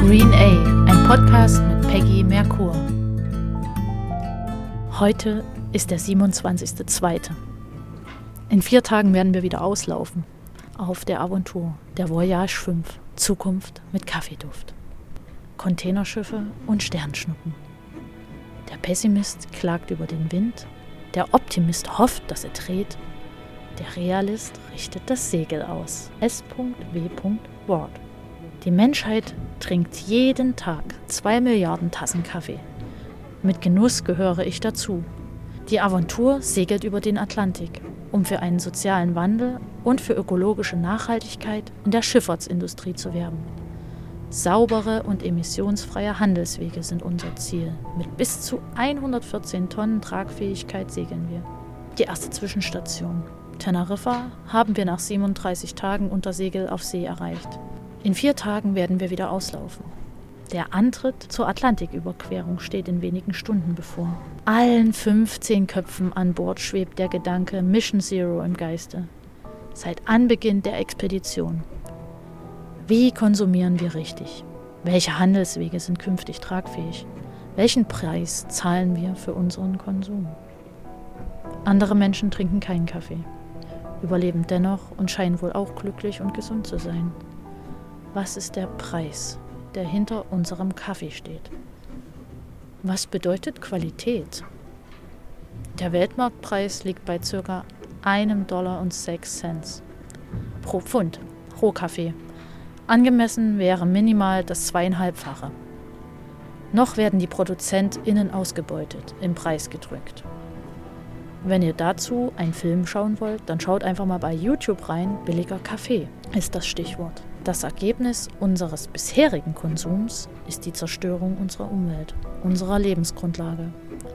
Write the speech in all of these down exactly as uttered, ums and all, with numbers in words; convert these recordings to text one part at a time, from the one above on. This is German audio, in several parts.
Green A, ein Podcast mit Peggy Merkur. Heute ist der siebenundzwanzigster zweite In vier Tagen werden wir wieder auslaufen. Auf der Aventur, der Voyage fünf, Zukunft mit Kaffeeduft. Containerschiffe und Sternschnuppen. Der Pessimist klagt über den Wind, der Optimist hofft, dass er dreht, der Realist richtet das Segel aus. S W Ward. Die Menschheit trinkt jeden Tag zwei Milliarden Tassen Kaffee. Mit Genuss gehöre ich dazu. Die Aventur segelt über den Atlantik, um für einen sozialen Wandel und für ökologische Nachhaltigkeit in der Schifffahrtsindustrie zu werben. Saubere und emissionsfreie Handelswege sind unser Ziel. Mit bis zu hundertvierzehn Tonnen Tragfähigkeit segeln wir. Die erste Zwischenstation, Teneriffa, haben wir nach siebenunddreißig Tagen unter Segel auf See erreicht. In vier Tagen werden wir wieder auslaufen. Der Antritt zur Atlantiküberquerung steht in wenigen Stunden bevor. Allen fünfzehn Köpfen an Bord schwebt der Gedanke Mission Zero im Geiste. Seit Anbeginn der Expedition. Wie konsumieren wir richtig? Welche Handelswege sind künftig tragfähig? Welchen Preis zahlen wir für unseren Konsum? Andere Menschen trinken keinen Kaffee, überleben dennoch und scheinen wohl auch glücklich und gesund zu sein. Was ist der Preis, der hinter unserem Kaffee steht? Was bedeutet Qualität? Der Weltmarktpreis liegt bei ca. einem Dollar und sechs Cent pro Pfund Rohkaffee. Angemessen wäre minimal das zweieinhalbfache. Noch werden die ProduzentInnen ausgebeutet, im Preis gedrückt. Wenn ihr dazu einen Film schauen wollt, dann schaut einfach mal bei YouTube rein. Billiger Kaffee ist das Stichwort. Das Ergebnis unseres bisherigen Konsums ist die Zerstörung unserer Umwelt, unserer Lebensgrundlage.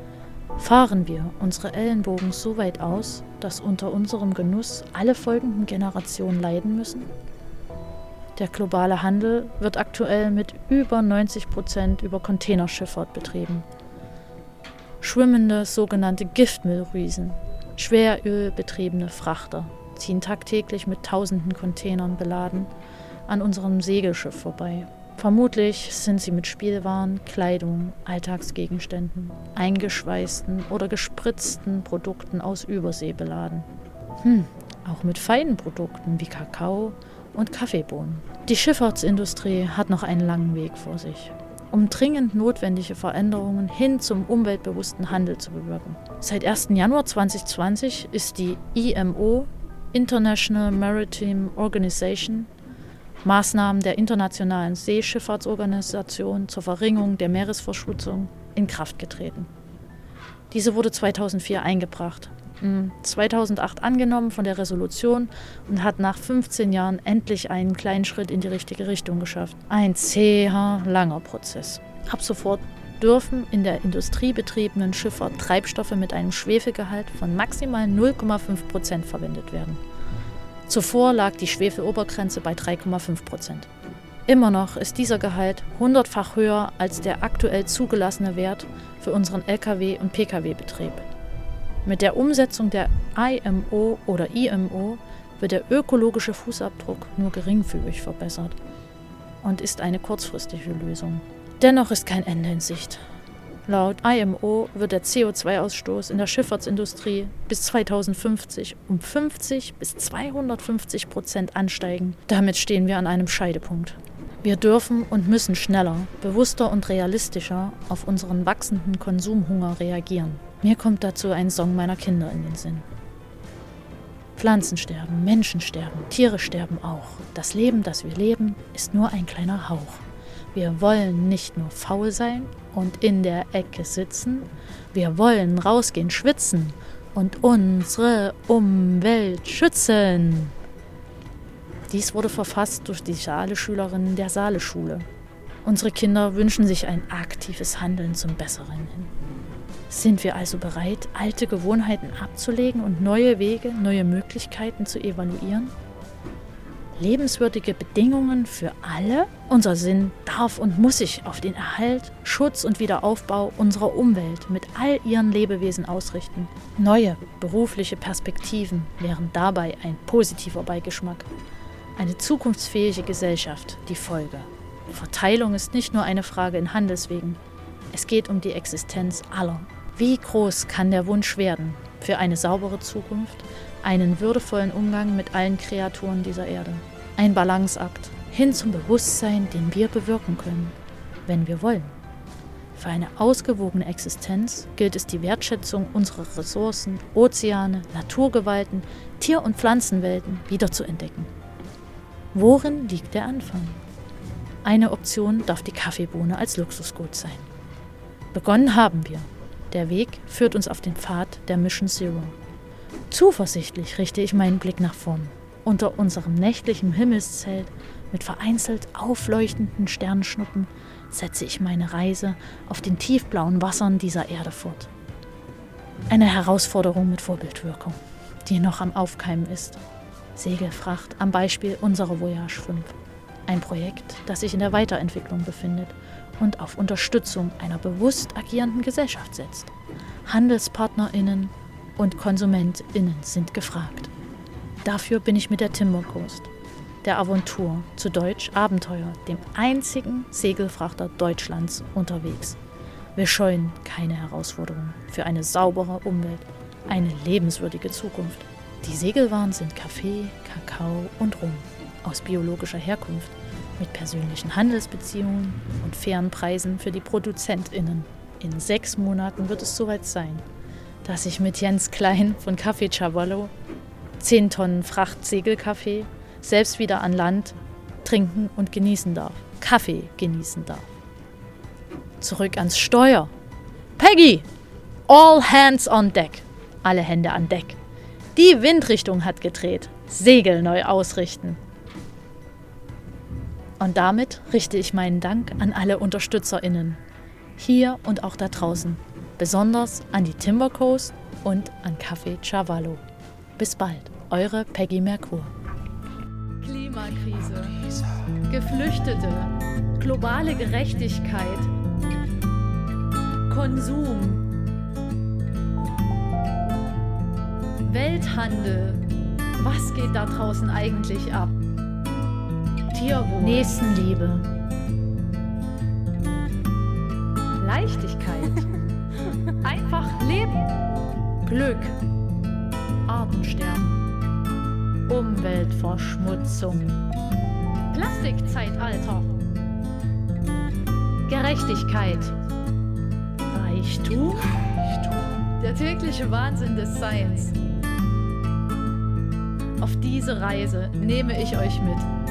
Fahren wir unsere Ellenbogen so weit aus, dass unter unserem Genuss alle folgenden Generationen leiden müssen? Der globale Handel wird aktuell mit über neunzig Prozent über Containerschifffahrt betrieben. Schwimmende sogenannte Giftmüllriesen, schwerölbetriebene Frachter ziehen tagtäglich mit tausenden Containern beladen an unserem Segelschiff vorbei. Vermutlich sind sie mit Spielwaren, Kleidung, Alltagsgegenständen, eingeschweißten oder gespritzten Produkten aus Übersee beladen. Hm, auch mit feinen Produkten wie Kakao und Kaffeebohnen. Die Schifffahrtsindustrie hat noch einen langen Weg vor sich, um dringend notwendige Veränderungen hin zum umweltbewussten Handel zu bewirken. Seit ersten Januar zweitausendzwanzig ist die I M O, International Maritime Organization, Maßnahmen der Internationalen Seeschifffahrtsorganisation zur Verringerung der Meeresverschmutzung in Kraft getreten. Diese wurde zweitausendvier eingebracht, zweitausendacht angenommen von der Resolution und hat nach fünfzehn Jahren endlich einen kleinen Schritt in die richtige Richtung geschafft. Ein zäher, langer Prozess. Ab sofort dürfen in der industriebetriebenen Schifffahrt Treibstoffe mit einem Schwefelgehalt von maximal null Komma fünf Prozent verwendet werden. Zuvor lag die Schwefelobergrenze bei drei Komma fünf Prozent. Immer noch ist dieser Gehalt hundertfach höher als der aktuell zugelassene Wert für unseren L K W- und P K W-Betrieb. Mit der Umsetzung der I M O oder I M O wird der ökologische Fußabdruck nur geringfügig verbessert und ist eine kurzfristige Lösung. Dennoch ist kein Ende in Sicht. Laut I M O wird der C O zwei Ausstoß in der Schifffahrtsindustrie bis zweitausendfünfzig um fünfzig bis zweihundertfünfzig Prozent ansteigen. Damit stehen wir an einem Scheidepunkt. Wir dürfen und müssen schneller, bewusster und realistischer auf unseren wachsenden Konsumhunger reagieren. Mir kommt dazu ein Song meiner Kinder in den Sinn. Pflanzen sterben, Menschen sterben, Tiere sterben auch. Das Leben, das wir leben, ist nur ein kleiner Hauch. Wir wollen nicht nur faul sein und in der Ecke sitzen, wir wollen rausgehen, schwitzen und unsere Umwelt schützen. Dies wurde verfasst durch die Saale-Schülerinnen der Saale-Schule. Unsere Kinder wünschen sich ein aktives Handeln zum Besseren hin. Sind wir also bereit, alte Gewohnheiten abzulegen und neue Wege, neue Möglichkeiten zu evaluieren? Lebenswürdige Bedingungen für alle? Unser Sinn darf und muss sich auf den Erhalt, Schutz und Wiederaufbau unserer Umwelt mit all ihren Lebewesen ausrichten. Neue berufliche Perspektiven wären dabei ein positiver Beigeschmack. Eine zukunftsfähige Gesellschaft die Folge. Verteilung ist nicht nur eine Frage in Handelswegen. Es geht um die Existenz aller. Wie groß kann der Wunsch werden für eine saubere Zukunft, einen würdevollen Umgang mit allen Kreaturen dieser Erde? Ein Balanceakt hin zum Bewusstsein, den wir bewirken können, wenn wir wollen. Für eine ausgewogene Existenz gilt es, die Wertschätzung unserer Ressourcen, Ozeane, Naturgewalten, Tier- und Pflanzenwelten wiederzuentdecken. Worin liegt der Anfang? Eine Option darf die Kaffeebohne als Luxusgut sein. Begonnen haben wir. Der Weg führt uns auf den Pfad der Mission Zero. Zuversichtlich richte ich meinen Blick nach vorn. Unter unserem nächtlichen Himmelszelt mit vereinzelt aufleuchtenden Sternschnuppen setze ich meine Reise auf den tiefblauen Wassern dieser Erde fort. Eine Herausforderung mit Vorbildwirkung, die noch am Aufkeimen ist. Segelfracht am Beispiel unserer Voyage fünf. Ein Projekt, das sich in der Weiterentwicklung befindet und auf Unterstützung einer bewusst agierenden Gesellschaft setzt. HandelspartnerInnen und KonsumentInnen sind gefragt. Dafür bin ich mit der Timber Coast, der Aventur, zu Deutsch Abenteuer, dem einzigen Segelfrachter Deutschlands, unterwegs. Wir scheuen keine Herausforderungen für eine saubere Umwelt, eine lebenswürdige Zukunft. Die Segelwaren sind Kaffee, Kakao und Rum aus biologischer Herkunft, mit persönlichen Handelsbeziehungen und fairen Preisen für die ProduzentInnen. In sechs Monaten wird es soweit sein, dass ich mit Jens Klein von Café Cavallo zehn Tonnen Fracht Segelkaffee selbst wieder an Land trinken und genießen darf. Kaffee genießen darf. Zurück ans Steuer. Peggy! All hands on deck. Alle Hände an Deck. Die Windrichtung hat gedreht. Segel neu ausrichten. Und damit richte ich meinen Dank an alle UnterstützerInnen. Hier und auch da draußen. Besonders an die Timber Coast und an Café Cavallo. Bis bald, eure Peggy Merkur. Klimakrise, Geflüchtete, globale Gerechtigkeit, Konsum, Welthandel. Was geht da draußen eigentlich ab? Tierwohl, Nächstenliebe, Leichtigkeit, einfach leben, Glück, Artensterben, Umweltverschmutzung, Plastikzeitalter, Gerechtigkeit, Reichtum, der tägliche Wahnsinn des Seins. Auf diese Reise nehme ich euch mit.